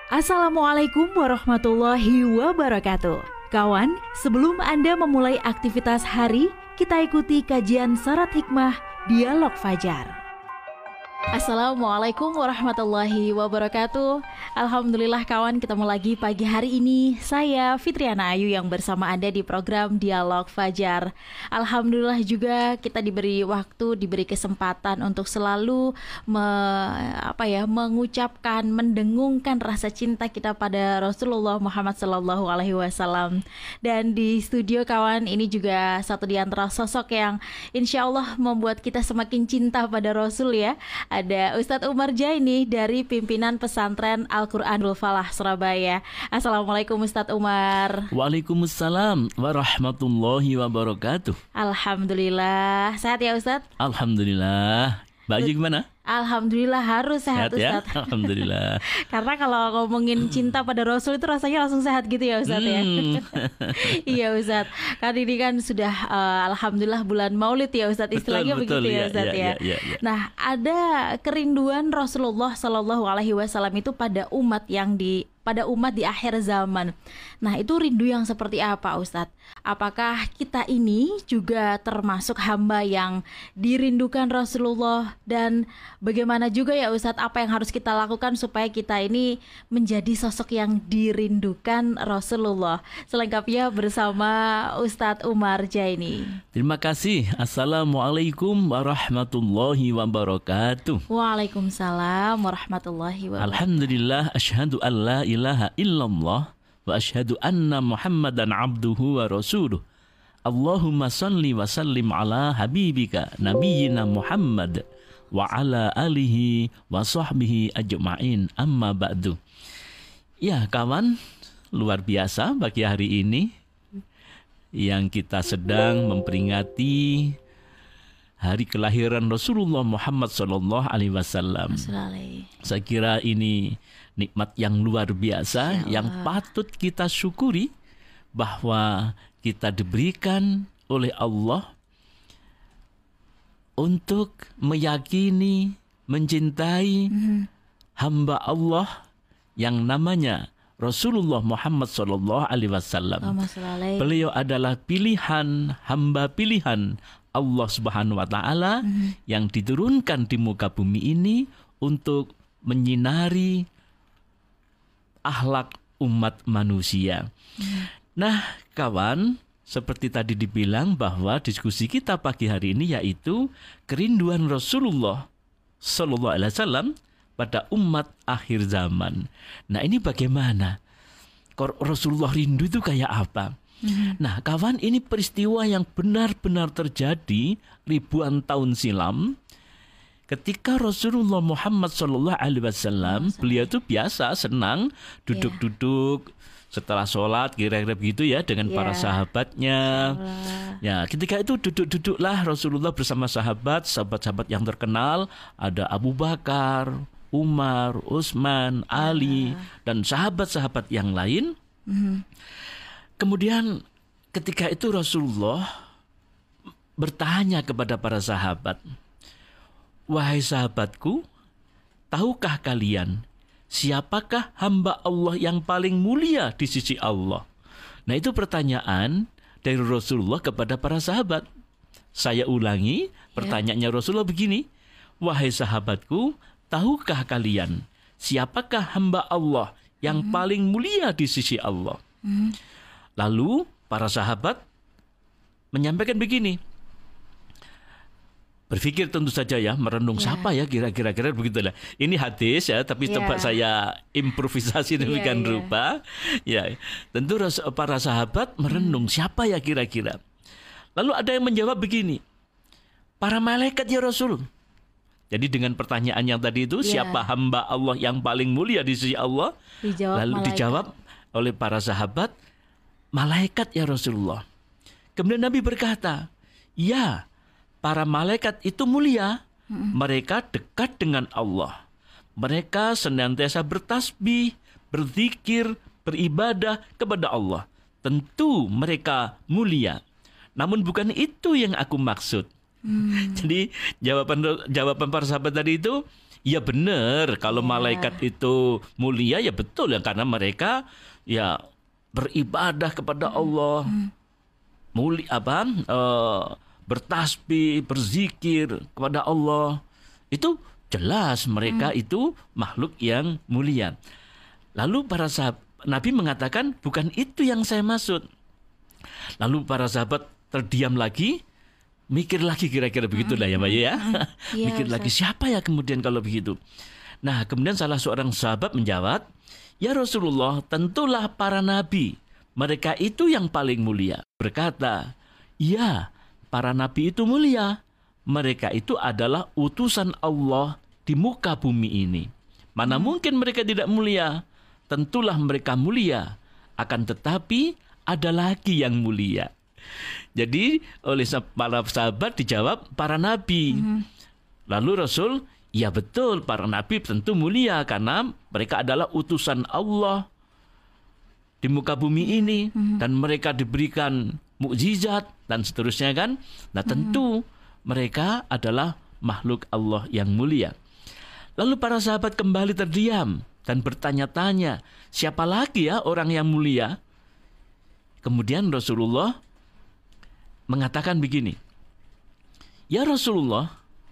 Assalamualaikum warahmatullahi wabarakatuh. Kawan, sebelum Anda memulai aktivitas hari, kita ikuti kajian syarat hikmah Dialog Fajar. Assalamualaikum warahmatullahi wabarakatuh. Alhamdulillah kawan, ketemu lagi pagi hari ini. Saya Fitriana Ayu yang bersama Anda di program Dialog Fajar. Alhamdulillah juga kita diberi waktu, diberi kesempatan untuk selalu mengucapkan, mendengungkan rasa cinta kita pada Rasulullah Muhammad SAW. Dan di studio kawan, ini juga satu di antara sosok yang insya Allah membuat kita semakin cinta pada Rasul ya. Ada Ustadz Umar Jaini dari pimpinan pesantren Al-Quranul Falah Surabaya. Assalamualaikum Ustadz Umar. Waalaikumsalam warahmatullahi wabarakatuh. Alhamdulillah. Sehat ya Ustadz? Alhamdulillah. Mbak Aji gimana? Alhamdulillah, harus sehat ya? Ustadz. Alhamdulillah. Karena kalau ngomongin cinta pada Rasul itu rasanya langsung sehat gitu ya Ustadz ya. Iya Ustadz. Kan ini kan sudah Alhamdulillah bulan Maulid ya Ustadz. Istilahnya betul, begitu ya Ustadz ya. Nah, ada kerinduan Rasulullah SAW itu pada umat di akhir zaman. Nah, itu rindu yang seperti apa Ustadz? Apakah kita ini juga termasuk hamba yang dirindukan Rasulullah? Dan bagaimana juga ya Ustadz, apa yang harus kita lakukan supaya kita ini menjadi sosok yang dirindukan Rasulullah? Selengkapnya bersama Ustadz Umar Jaini. Terima kasih. Assalamualaikum warahmatullahi wabarakatuh. Waalaikumsalam warahmatullahi wabarakatuh. Alhamdulillah, asyhadu an la ilaha illallah wa asyhadu anna Muhammadan abduhu wa rasuluh. Allahumma salli wa sallim ala habibika nabiyyina Muhammad wa ala alihi wa sahbihi ajma'in, amma ba'du. Ya kawan, luar biasa pagi hari ini yang kita sedang memperingati hari kelahiran Rasulullah Muhammad SAW. Saya kira ini nikmat yang luar biasa yang patut kita syukuri, bahwa kita diberikan oleh Allah untuk meyakini, mencintai hamba Allah yang namanya Rasulullah Muhammad SAW. Beliau adalah pilihan, hamba pilihan Allah Subhanahu wa Ta'ala yang diturunkan di muka bumi ini untuk menyinari akhlak umat manusia. Nah, kawan, seperti tadi dibilang bahwa diskusi kita pagi hari ini yaitu kerinduan Rasulullah Sallallahu Alaihi Wasallam pada umat akhir zaman. Nah, ini bagaimana? Rasulullah rindu itu kayak apa? Nah, kawan, ini peristiwa yang benar-benar terjadi ribuan tahun silam. Ketika Rasulullah Muhammad SAW, beliau itu biasa senang duduk-duduk setelah sholat, kira-kira begitu ya, dengan para sahabatnya. Ya, ketika itu duduk-duduklah Rasulullah bersama sahabat-sahabat yang terkenal. Ada Abu Bakar, Umar, Utsman, Ali, dan sahabat-sahabat yang lain. Kemudian ketika itu Rasulullah bertanya kepada para sahabat, "Wahai sahabatku, tahukah kalian siapakah hamba Allah yang paling mulia di sisi Allah?" Nah, itu pertanyaan dari Rasulullah kepada para sahabat. Saya ulangi, pertanyaannya Rasulullah begini, "Wahai sahabatku, tahukah kalian siapakah hamba Allah yang paling mulia di sisi Allah?" Lalu para sahabat menyampaikan begini, berpikir tentu saja ya, merenung siapa ya kira-kira begitulah. Ini hadis ya, tapi coba saya improvisasi demikian rupa. Ya, tentu para sahabat merenung siapa ya kira-kira. Lalu ada yang menjawab begini, para malaikat ya Rasul. Jadi dengan pertanyaan yang tadi itu, siapa hamba Allah yang paling mulia di sisi Allah? Dijawab oleh para sahabat, malaikat ya Rasulullah. Kemudian Nabi berkata, ya, para malaikat itu mulia, mereka dekat dengan Allah. Mereka senantiasa bertasbih, berzikir, beribadah kepada Allah. Tentu mereka mulia. Namun bukan itu yang aku maksud. Jadi jawaban para sahabat tadi itu, Ya benar, kalau malaikat itu mulia ya betul ya, karena mereka ya beribadah kepada Allah, bertasbih, berzikir kepada Allah. Itu jelas mereka itu makhluk yang mulia. Lalu para sahabat, Nabi mengatakan bukan itu yang saya maksud. Lalu para sahabat terdiam lagi, mikir lagi, kira-kira begitulah ya Mbak ya. Mikir lagi, siapa ya kemudian kalau begitu. Nah kemudian salah seorang sahabat menjawab, ya Rasulullah, tentulah para nabi, mereka itu yang paling mulia. Berkata, ya para nabi itu mulia, mereka itu adalah utusan Allah di muka bumi ini. Mana mungkin mereka tidak mulia? Tentulah mereka mulia, akan tetapi ada lagi yang mulia. Jadi oleh para sahabat dijawab para nabi. Lalu Rasul, ya betul, para nabi tentu mulia karena mereka adalah utusan Allah di muka bumi ini, dan mereka diberikan mukjizat dan seterusnya kan. Nah tentu mereka adalah makhluk Allah yang mulia. Lalu para sahabat kembali terdiam dan bertanya-tanya, siapa lagi ya orang yang mulia? Kemudian Rasulullah mengatakan begini, ya Rasulullah,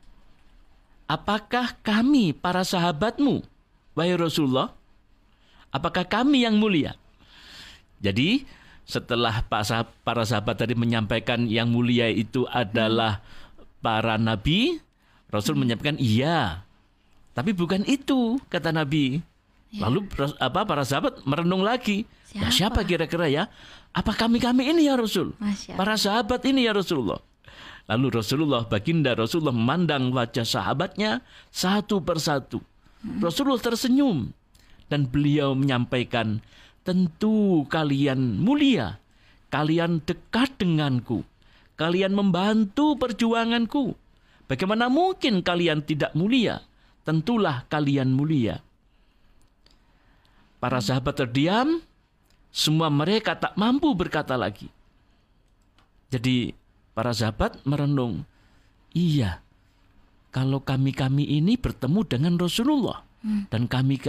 apakah kami para sahabatmu, wahai Rasulullah, apakah kami yang mulia? Jadi setelah para sahabat tadi menyampaikan yang mulia itu adalah para nabi, Rasul menyampaikan iya, tapi bukan itu kata Nabi. Lalu para sahabat merenung lagi. Nah, siapa kira-kira ya? Apa kami ini ya Rasul? Para sahabat ini ya Rasulullah. Lalu baginda Rasulullah memandang wajah sahabatnya satu persatu. Rasulullah tersenyum dan beliau menyampaikan, tentu kalian mulia, kalian dekat denganku, kalian membantu perjuanganku. Bagaimana mungkin kalian tidak mulia? Tentulah kalian mulia. Para sahabat terdiam, semua mereka tak mampu berkata lagi. Jadi para sahabat merenung, iya, kalau kami ini bertemu dengan Rasulullah, dan kami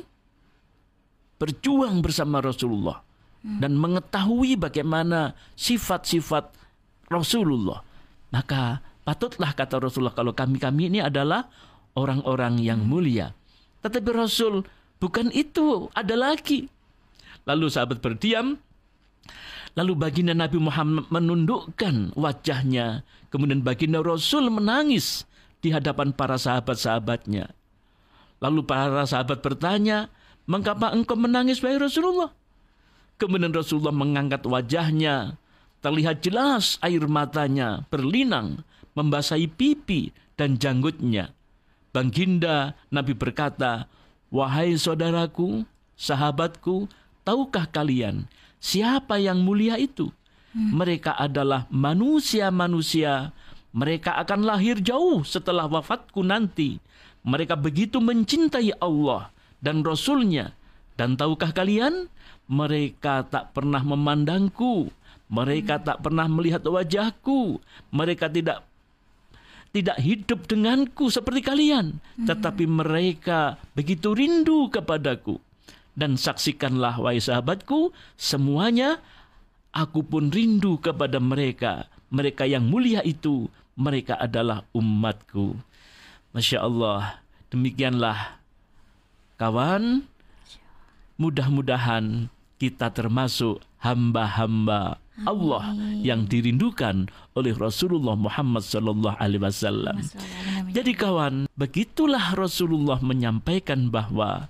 berjuang bersama Rasulullah, dan mengetahui bagaimana sifat-sifat Rasulullah, maka patutlah kata Rasulullah kalau kami ini adalah orang-orang yang mulia. Tetapi Rasul, bukan itu, ada lagi. Lalu sahabat berdiam. Lalu baginda Nabi Muhammad menundukkan wajahnya. Kemudian baginda Rasul menangis di hadapan para sahabat-sahabatnya. Lalu para sahabat bertanya, mengapa engkau menangis wahai Rasulullah? Kemudian Rasulullah mengangkat wajahnya. Terlihat jelas air matanya berlinang, membasahi pipi dan janggutnya. Baginda Nabi berkata, wahai saudaraku, sahabatku, tahukah kalian siapa yang mulia itu? Mereka adalah manusia-manusia. Mereka akan lahir jauh setelah wafatku nanti. Mereka begitu mencintai Allah dan Rasul-Nya. Dan tahukah kalian, mereka tak pernah memandangku. Mereka tak pernah melihat wajahku. Mereka tidak hidup denganku seperti kalian, tetapi mereka begitu rindu kepadaku. Dan saksikanlah wahai sahabatku, semuanya aku pun rindu kepada mereka. Mereka yang mulia itu, mereka adalah umatku. Masya Allah, demikianlah kawan, mudah-mudahan kita termasuk hamba-hamba Allah yang dirindukan oleh Rasulullah Muhammad sallallahu alaihi wasallam. Jadi kawan, begitulah Rasulullah menyampaikan bahwa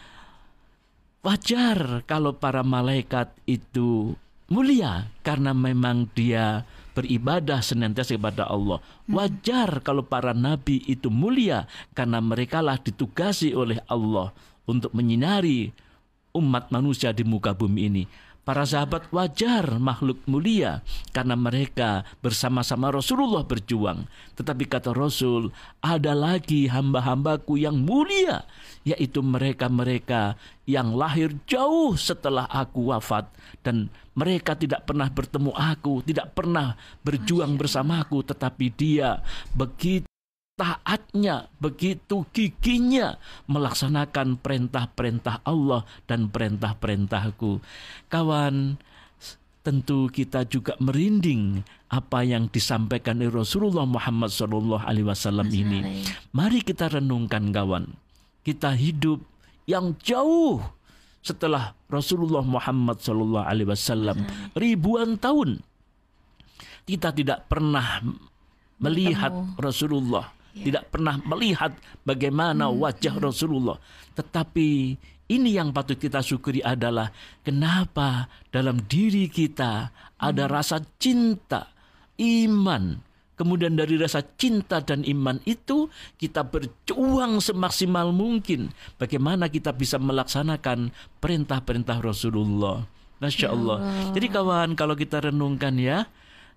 wajar kalau para malaikat itu mulia karena memang dia beribadah senantiasa kepada Allah. Wajar kalau para nabi itu mulia karena merekalah ditugasi oleh Allah untuk menyinari umat manusia di muka bumi ini. Para sahabat wajar makhluk mulia karena mereka bersama-sama Rasulullah berjuang. Tetapi kata Rasul, ada lagi hamba-hambaku yang mulia, yaitu mereka-mereka yang lahir jauh setelah aku wafat. Dan mereka tidak pernah bertemu aku, tidak pernah berjuang bersamaku, tetapi dia begitu taatnya, begitu giginya melaksanakan perintah-perintah Allah dan perintah-perintahku. Kawan, tentu kita juga merinding apa yang disampaikan oleh Rasulullah Muhammad SAW ini. Mari kita renungkan, kawan. Kita hidup yang jauh setelah Rasulullah Muhammad SAW, ribuan tahun. Kita tidak pernah melihat Rasulullah, tidak pernah melihat bagaimana wajah Rasulullah. Tetapi ini yang patut kita syukuri adalah kenapa dalam diri kita ada rasa cinta, iman. Kemudian dari rasa cinta dan iman itu kita berjuang semaksimal mungkin bagaimana kita bisa melaksanakan perintah-perintah Rasulullah. Masya Allah. Jadi kawan, kalau kita renungkan ya,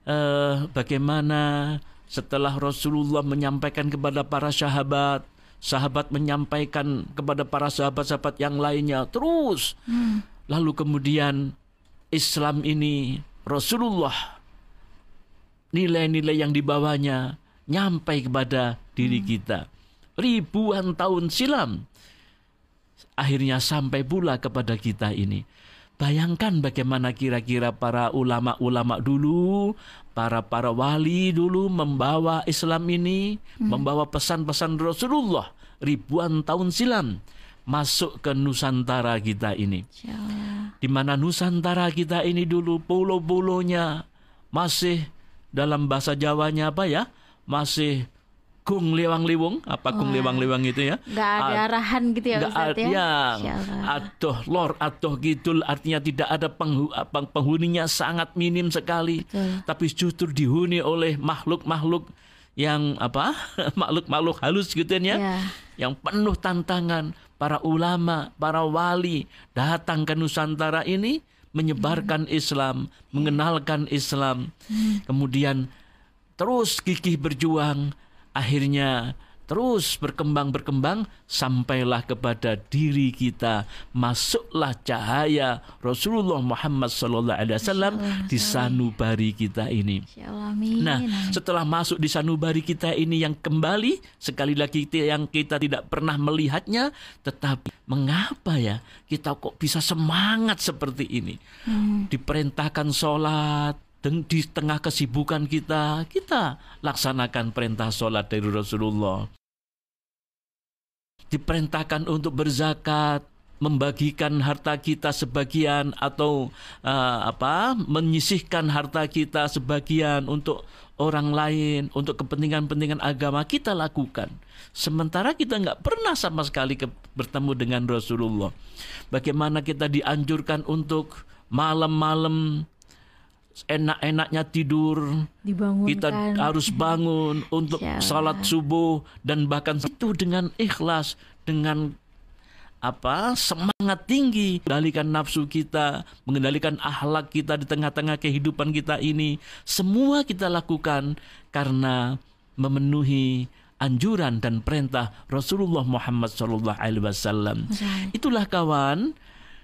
bagaimana setelah Rasulullah menyampaikan kepada para sahabat, sahabat menyampaikan kepada para sahabat-sahabat yang lainnya terus. Lalu kemudian Islam ini, Rasulullah, nilai-nilai yang dibawanya nyampai kepada diri kita. Ribuan tahun silam akhirnya sampai pula kepada kita ini. Bayangkan bagaimana kira-kira para ulama-ulama dulu, para wali dulu membawa Islam ini, membawa pesan-pesan Rasulullah ribuan tahun silam masuk ke Nusantara kita ini. Di mana Nusantara kita ini dulu pulau-pulaunya masih dalam bahasa Jawanya apa ya? Masih gung lewang-lewung, apa gung lewang-lewang itu ya? Nggak ada arahan gitu ya Ustaz ya? Adoh lor, adoh kidul, artinya tidak ada penghuninya sangat minim sekali. Betul. Tapi justru dihuni oleh makhluk-makhluk yang apa? Makhluk-makhluk halus gitu ya. Yang penuh tantangan. Para ulama, para wali datang ke Nusantara ini menyebarkan Islam, mengenalkan Islam. Kemudian terus gigih berjuang. Akhirnya terus berkembang sampailah kepada diri kita, masuklah cahaya Rasulullah Muhammad SAW di sanubari kita ini. Nah, setelah masuk di sanubari kita ini yang kembali sekali lagi yang kita tidak pernah melihatnya, tetapi mengapa ya kita kok bisa semangat seperti ini? Diperintahkan sholat, di tengah kesibukan kita laksanakan perintah sholat dari Rasulullah. Diperintahkan untuk berzakat, membagikan harta kita sebagian atau menyisihkan harta kita sebagian untuk orang lain, untuk kepentingan-kepentingan agama kita lakukan. Sementara kita nggak pernah sama sekali bertemu dengan Rasulullah. Bagaimana kita dianjurkan untuk malam-malam enak-enaknya tidur, kita harus bangun untuk salat subuh, dan bahkan itu dengan ikhlas, dengan semangat tinggi, mengendalikan nafsu kita, mengendalikan akhlak kita di tengah-tengah kehidupan kita ini. Semua kita lakukan karena memenuhi anjuran dan perintah Rasulullah Muhammad SAW. Itulah kawan,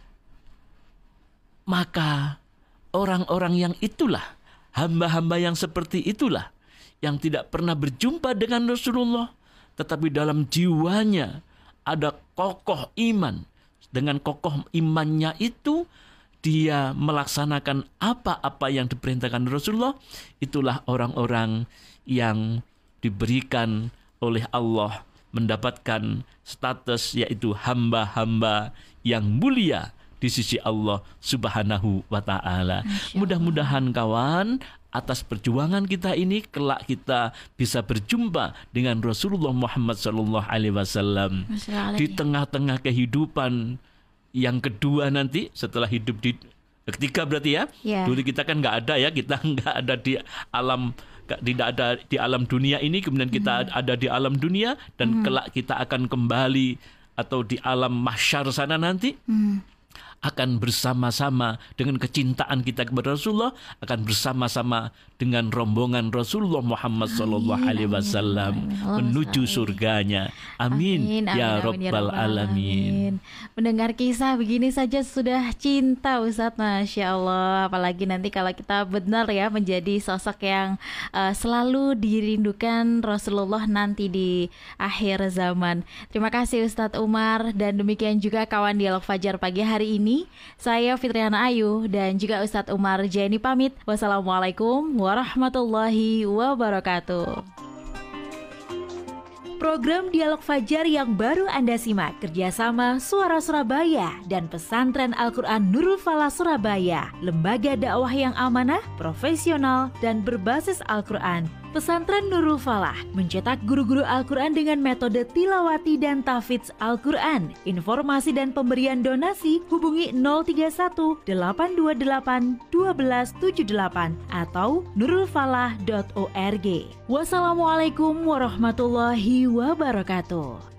maka orang-orang yang itulah, hamba-hamba yang seperti itulah, yang tidak pernah berjumpa dengan Rasulullah, tetapi dalam jiwanya ada kokoh iman. Dengan kokoh imannya itu, dia melaksanakan apa-apa yang diperintahkan Rasulullah. Itulah orang-orang yang diberikan oleh Allah mendapatkan status, yaitu hamba-hamba yang mulia di sisi Allah Subhanahu wa Ta'ala. Mudah-mudahan kawan, atas perjuangan kita ini kelak kita bisa berjumpa dengan Rasulullah Muhammad SAW di tengah-tengah kehidupan yang kedua nanti setelah hidup di ketiga berarti ya. Dulu kita kan nggak ada ya, kita nggak ada di alam, tidak ada di alam dunia ini, kemudian kita ada di alam dunia, dan kelak kita akan kembali atau di alam mahsyar sana nanti. akan bersama-sama dengan kecintaan kita kepada Rasulullah, akan bersama-sama dengan rombongan Rasulullah Muhammad sallallahu alaihi wasallam menuju surganya. Amin, ya rabbal alamin. Mendengar kisah begini saja sudah cinta, Ustadz. Masya Allah. Apalagi nanti kalau kita benar ya menjadi sosok yang selalu dirindukan Rasulullah nanti di akhir zaman. Terima kasih Ustadz Umar, dan demikian juga kawan Dialog Fajar pagi hari ini. Saya Fitriana Ayu dan juga Ustadz Umar Jaini pamit. Wassalamualaikum warahmatullahi wabarakatuh. Program Dialog Fajar yang baru Anda simak kerjasama Suara Surabaya dan Pesantren Al-Quran Nurul Falah Surabaya, lembaga dakwah yang amanah, profesional, dan berbasis Al-Quran. Pesantren Nurul Falah mencetak guru-guru Al-Quran dengan metode tilawati dan tahfidz Al-Quran. Informasi dan pemberian donasi hubungi 031 828 1278 atau nurulfalah.org. Wassalamualaikum warahmatullahi wabarakatuh.